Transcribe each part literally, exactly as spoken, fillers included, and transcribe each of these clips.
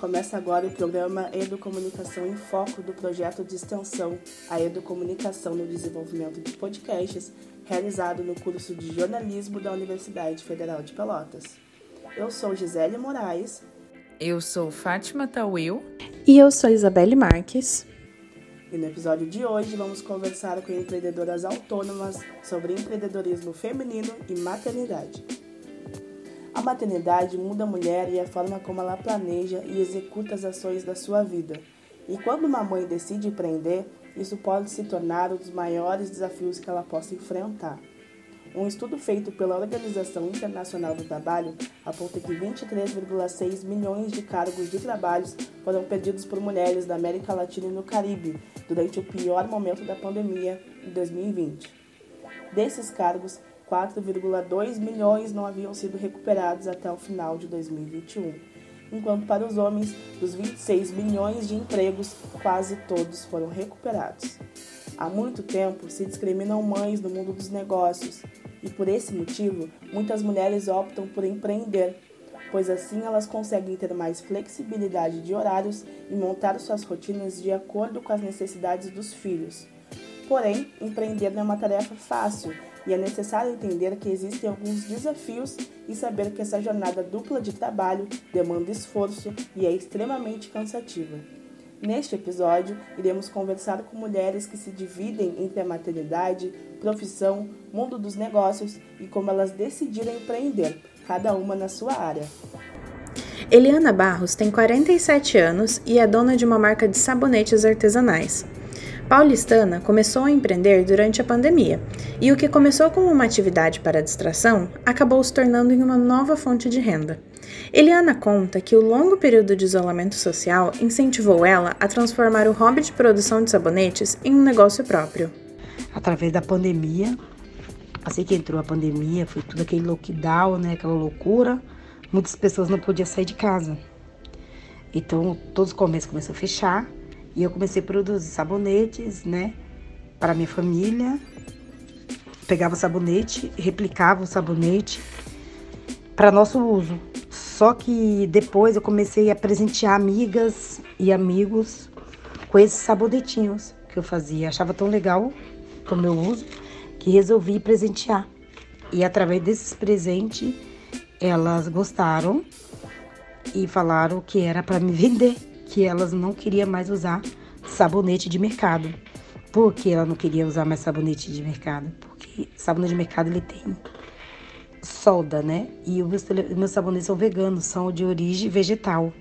Começa agora o programa Educomunicação em Foco do projeto de extensão A Educomunicação no Desenvolvimento de Podcasts, realizado no curso de jornalismo da Universidade Federal de Pelotas. Eu sou Gisele Moraes. Eu sou Fátima Tawil. E eu sou Isabelle Marques. E no episódio de hoje vamos conversar com empreendedoras autônomas sobre empreendedorismo feminino e maternidade. A maternidade muda a mulher e a forma como ela planeja e executa as ações da sua vida. E quando uma mãe decide empreender, isso pode se tornar um dos maiores desafios que ela possa enfrentar. Um estudo feito pela Organização Internacional do Trabalho aponta que vinte e três vírgula seis milhões de cargos de trabalho foram perdidos por mulheres da América Latina e no Caribe durante o pior momento da pandemia em dois mil e vinte. Desses cargos, quatro vírgula dois milhões não haviam sido recuperados até o final de dois mil e vinte e um, enquanto para os homens, dos vinte e seis milhões de empregos, quase todos foram recuperados. Há muito tempo se discriminam mães no mundo dos negócios e, por esse motivo, muitas mulheres optam por empreender, pois assim elas conseguem ter mais flexibilidade de horários e montar suas rotinas de acordo com as necessidades dos filhos. Porém, empreender não é uma tarefa fácil e é necessário entender que existem alguns desafios e saber que essa jornada dupla de trabalho demanda esforço e é extremamente cansativa. Neste episódio, iremos conversar com mulheres que se dividem entre a maternidade, profissão, mundo dos negócios e como elas decidiram empreender, cada uma na sua área. Eliana Barros tem quarenta e sete anos e é dona de uma marca de sabonetes artesanais. Paulistana começou a empreender durante a pandemia e o que começou como uma atividade para distração acabou se tornando em uma nova fonte de renda. Eliana conta que o longo período de isolamento social incentivou ela a transformar o hobby de produção de sabonetes em um negócio próprio. Através da pandemia, assim que entrou a pandemia, foi tudo aquele lockdown, né, aquela loucura, muitas pessoas não podiam sair de casa. Então, todos os comércios começaram a fechar e eu comecei a produzir sabonetes, né, para minha família. Pegava o sabonete, replicava o sabonete para nosso uso. Só que depois eu comecei a presentear amigas e amigos com esses sabonetinhos que eu fazia. Achava tão legal como eu uso que resolvi presentear. E através desses presentes, elas gostaram e falaram que era para me vender, que elas não queriam mais usar sabonete de mercado. Por que ela não queria usar mais sabonete de mercado? Porque sabonete de mercado ele tem solda, né? E os meus, meus sabonetes são veganos, são de origem vegetal.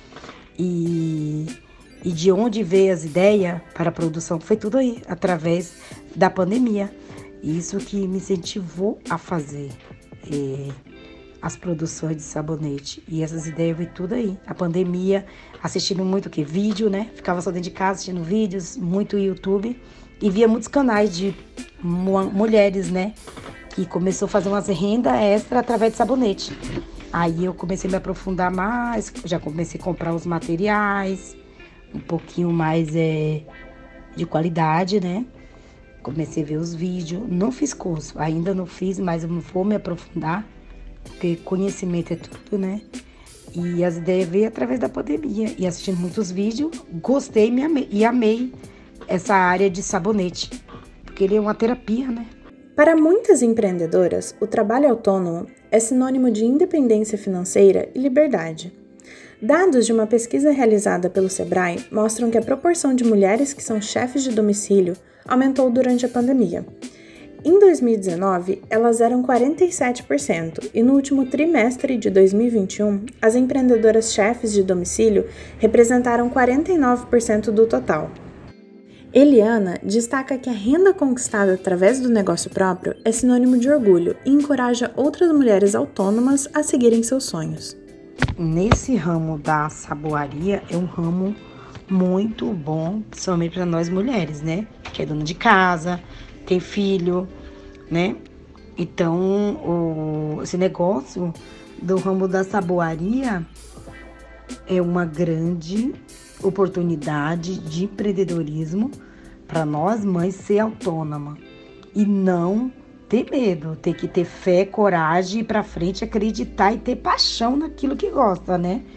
E, e de onde veio as ideias para a produção foi tudo aí, através da pandemia. Isso que me incentivou a fazer é, as produções de sabonete. E essas ideias veio tudo aí. A pandemia, assistindo muito o que? Vídeo, né? Ficava só dentro de casa assistindo vídeos, muito YouTube. E via muitos canais de mu- mulheres, né? Que começou a fazer umas rendas extra através de sabonete. Aí eu comecei a me aprofundar mais, já comecei a comprar os materiais, um pouquinho mais é, de qualidade, né? Comecei a ver os vídeos, não fiz curso, ainda não fiz, mas eu vou me aprofundar, porque conhecimento é tudo, né? E as ideias veio através da pandemia, e assistindo muitos vídeos, gostei me amei, e amei essa área de sabonete, porque ele é uma terapia, né? Para muitas empreendedoras, o trabalho autônomo é sinônimo de independência financeira e liberdade. Dados de uma pesquisa realizada pelo Sebrae mostram que a proporção de mulheres que são chefes de domicílio aumentou durante a pandemia. Em dois mil e dezenove, elas eram quarenta e sete por cento e no último trimestre de dois mil e vinte e um, as empreendedoras chefes de domicílio representaram quarenta e nove por cento do total. Eliana destaca que a renda conquistada através do negócio próprio é sinônimo de orgulho e encoraja outras mulheres autônomas a seguirem seus sonhos. Nesse ramo da saboaria é um ramo muito bom, principalmente para nós mulheres, né? Que é dona de casa, tem filho, né? Então, o, esse negócio do ramo da saboaria é uma grande oportunidade de empreendedorismo para nós mães ser autônoma e não ter medo, ter que ter fé, coragem, ir para frente, acreditar e ter paixão naquilo que gosta, né?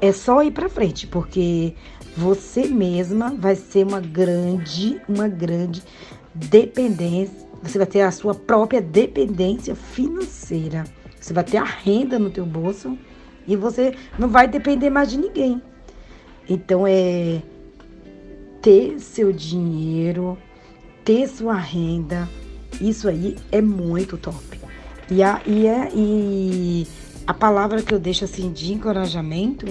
é só ir para frente, porque você mesma vai ser uma grande, uma grande dependência. Você vai ter a sua própria dependência financeira. Você vai ter a renda no teu bolso e você não vai depender mais de ninguém. Então, é ter seu dinheiro, ter sua renda, isso aí é muito top. E a, e a, e a palavra que eu deixo assim de encorajamento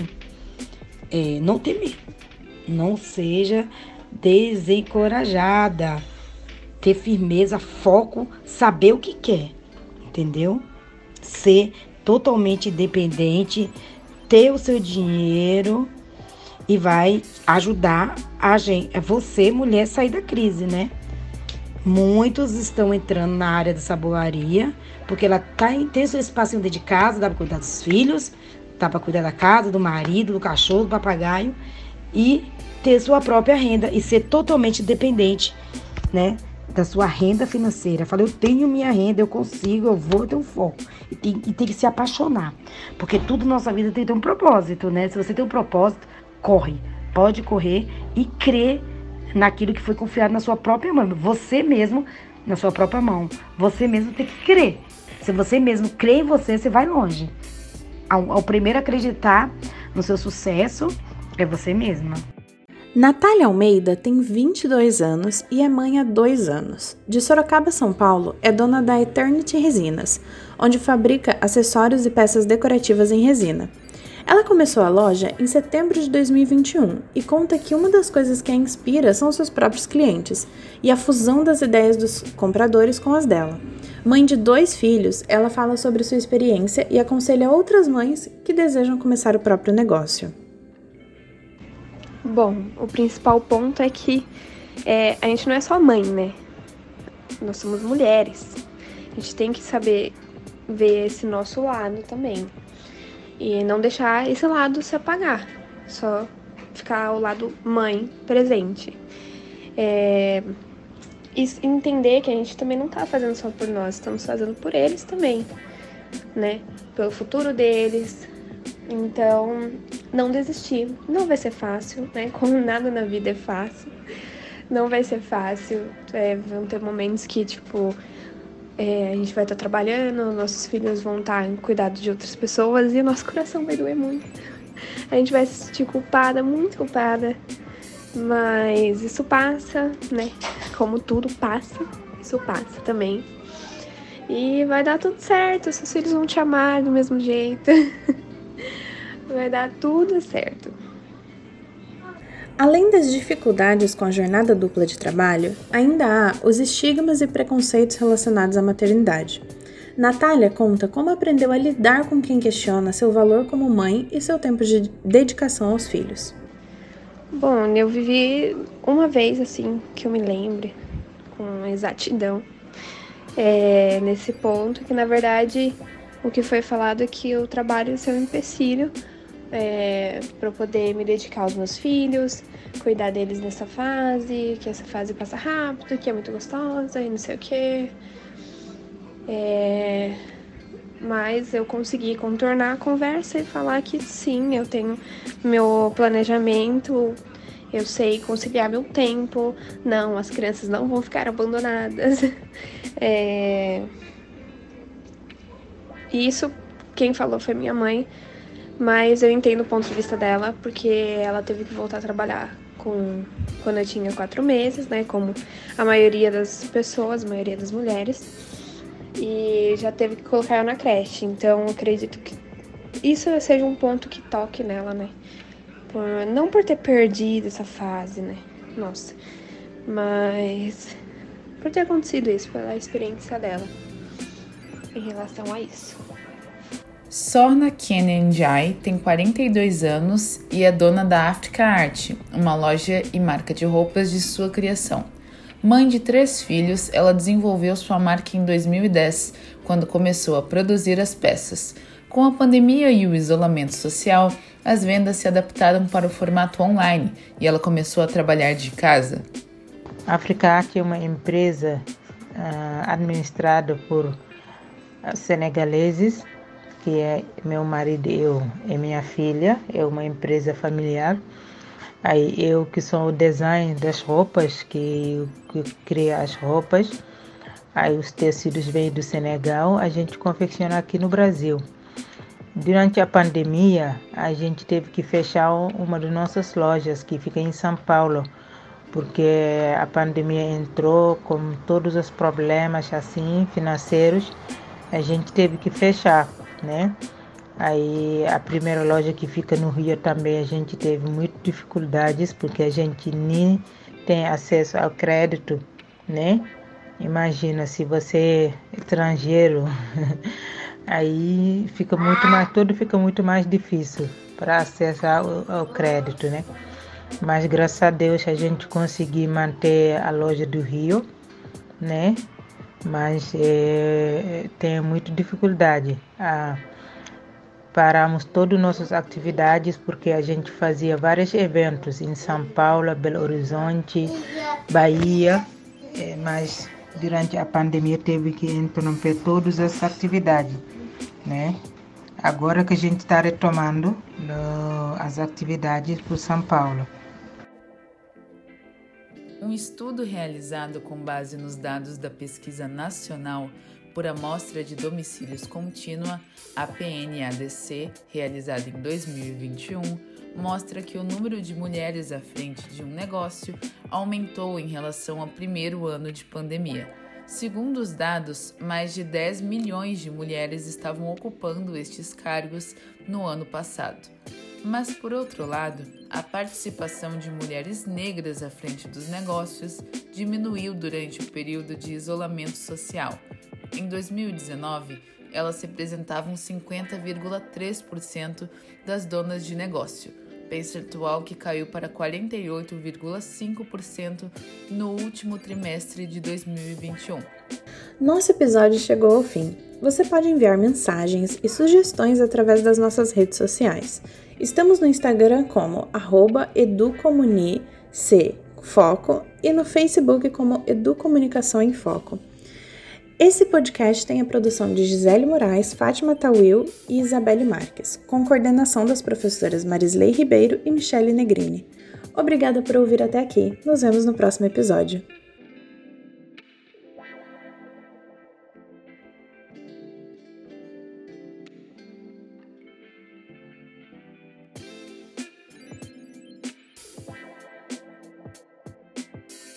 é não temer. Não seja desencorajada. Ter firmeza, foco, saber o que quer, entendeu? Ser totalmente independente, ter o seu dinheiro e vai ajudar a gente, você, mulher, sair da crise, né? Muitos estão entrando na área da saboaria, porque ela tá, tem seu espacinho dentro de casa, dá para cuidar dos filhos, dá para cuidar da casa, do marido, do cachorro, do papagaio e ter sua própria renda e ser totalmente dependente, né? Da sua renda financeira. Falei, eu tenho minha renda, eu consigo, eu vou ter um foco. E tem, e tem que se apaixonar. Porque tudo na nossa vida tem que ter um propósito, né? Se você tem um propósito, corre. Pode correr e crer naquilo que foi confiado na sua própria mão. Você mesmo, na sua própria mão. Você mesmo tem que crer. Se você mesmo crê em você, você vai longe. Ao, ao primeiro acreditar no seu sucesso, é você mesma. Natália Almeida tem vinte e dois anos e é mãe há dois anos. De Sorocaba, São Paulo, é dona da Eternity Resinas, onde fabrica acessórios e peças decorativas em resina. Ela começou a loja em setembro de dois mil e vinte e um e conta que uma das coisas que a inspira são seus próprios clientes e a fusão das ideias dos compradores com as dela. Mãe de dois filhos, ela fala sobre sua experiência e aconselha outras mães que desejam começar o próprio negócio. Bom, o principal ponto é que é, a gente não é só mãe, né? Nós somos mulheres. A gente tem que saber ver esse nosso lado também. E não deixar esse lado se apagar. Só ficar ao lado mãe presente. É, e entender que a gente também não tá fazendo só por nós, estamos fazendo por eles também, né? Pelo futuro deles. Então, não desistir. Não vai ser fácil, né? Como nada na vida é fácil. Não vai ser fácil. É, vão ter momentos que, tipo, é, a gente vai estar trabalhando, nossos filhos vão estar em cuidado de outras pessoas e o nosso coração vai doer muito. A gente vai se sentir culpada, muito culpada. Mas isso passa, né? Como tudo passa, isso passa também. E vai dar tudo certo. Seus filhos vão te amar do mesmo jeito. Vai dar tudo certo. Além das dificuldades com a jornada dupla de trabalho, ainda há os estigmas e preconceitos relacionados à maternidade. Natália conta como aprendeu a lidar com quem questiona seu valor como mãe e seu tempo de dedicação aos filhos. Bom, eu vivi uma vez, assim, que eu me lembre, com exatidão, é, nesse ponto, que na verdade o que foi falado é que o trabalho ia ser um empecilho é, para eu poder me dedicar aos meus filhos, cuidar deles nessa fase, que essa fase passa rápido, que é muito gostosa e não sei o quê. É, mas eu consegui contornar a conversa e falar que sim, eu tenho meu planejamento, eu sei conciliar meu tempo, não, as crianças não vão ficar abandonadas. É, isso quem falou foi minha mãe, mas eu entendo o ponto de vista dela, porque ela teve que voltar a trabalhar com, quando eu tinha quatro meses, né, como a maioria das pessoas, a maioria das mulheres, e já teve que colocar ela na creche, então eu acredito que isso seja um ponto que toque nela, né, por, não por ter perdido essa fase, né, nossa, mas por ter acontecido isso, pela experiência dela em relação a isso. Sorna Kenenjai tem quarenta e dois anos e é dona da Africa Art, uma loja e marca de roupas de sua criação. Mãe de três filhos, ela desenvolveu sua marca em dois mil e dez, quando começou a produzir as peças. Com a pandemia e o isolamento social, as vendas se adaptaram para o formato online e ela começou a trabalhar de casa. A Africa Art é uma empresa uh, administrada por uh, senegaleses que é meu marido e eu, e minha filha, é uma empresa familiar. Aí eu que sou o design das roupas, que, que cria as roupas. Aí os tecidos vêm do Senegal, a gente confecciona aqui no Brasil. Durante a pandemia, a gente teve que fechar uma das nossas lojas, que fica em São Paulo, porque a pandemia entrou com todos os problemas assim financeiros, a gente teve que fechar, né? Aí a primeira loja que fica no Rio também a gente teve muitas dificuldades, porque a gente nem tem acesso ao crédito, né? Imagina se você é estrangeiro, aí fica muito mais, tudo fica muito mais difícil para acessar o, ao crédito, né? Mas graças a Deus a gente conseguiu manter a loja do Rio, né? Mas é, tem muita dificuldade. Ah, paramos todas as nossas atividades porque a gente fazia vários eventos em São Paulo, Belo Horizonte, Bahia, é, mas durante a pandemia teve que interromper todas as atividades, né? Agora que a gente está retomando no, as atividades por São Paulo. Um estudo realizado com base nos dados da Pesquisa Nacional por Amostra de Domicílios Contínua, a P N A D C, realizada em dois mil e vinte e um, mostra que o número de mulheres à frente de um negócio aumentou em relação ao primeiro ano de pandemia. Segundo os dados, mais de dez milhões de mulheres estavam ocupando estes cargos no ano passado. Mas, por outro lado, a participação de mulheres negras à frente dos negócios diminuiu durante o período de isolamento social. Em dois mil e dezenove, elas representavam cinquenta vírgula três por cento das donas de negócio, percentual que caiu para quarenta e oito vírgula cinco por cento no último trimestre de dois mil e vinte e um. Nosso episódio chegou ao fim. Você pode enviar mensagens e sugestões através das nossas redes sociais. Estamos no Instagram como arroba educomunic foco e no Facebook como Educomunicação em Foco. Esse podcast tem a produção de Gisele Moraes, Fátima Tawil e Isabelle Marques, com coordenação das professoras Marisley Ribeiro e Michele Negrini. Obrigada por ouvir até aqui. Nos vemos no próximo episódio.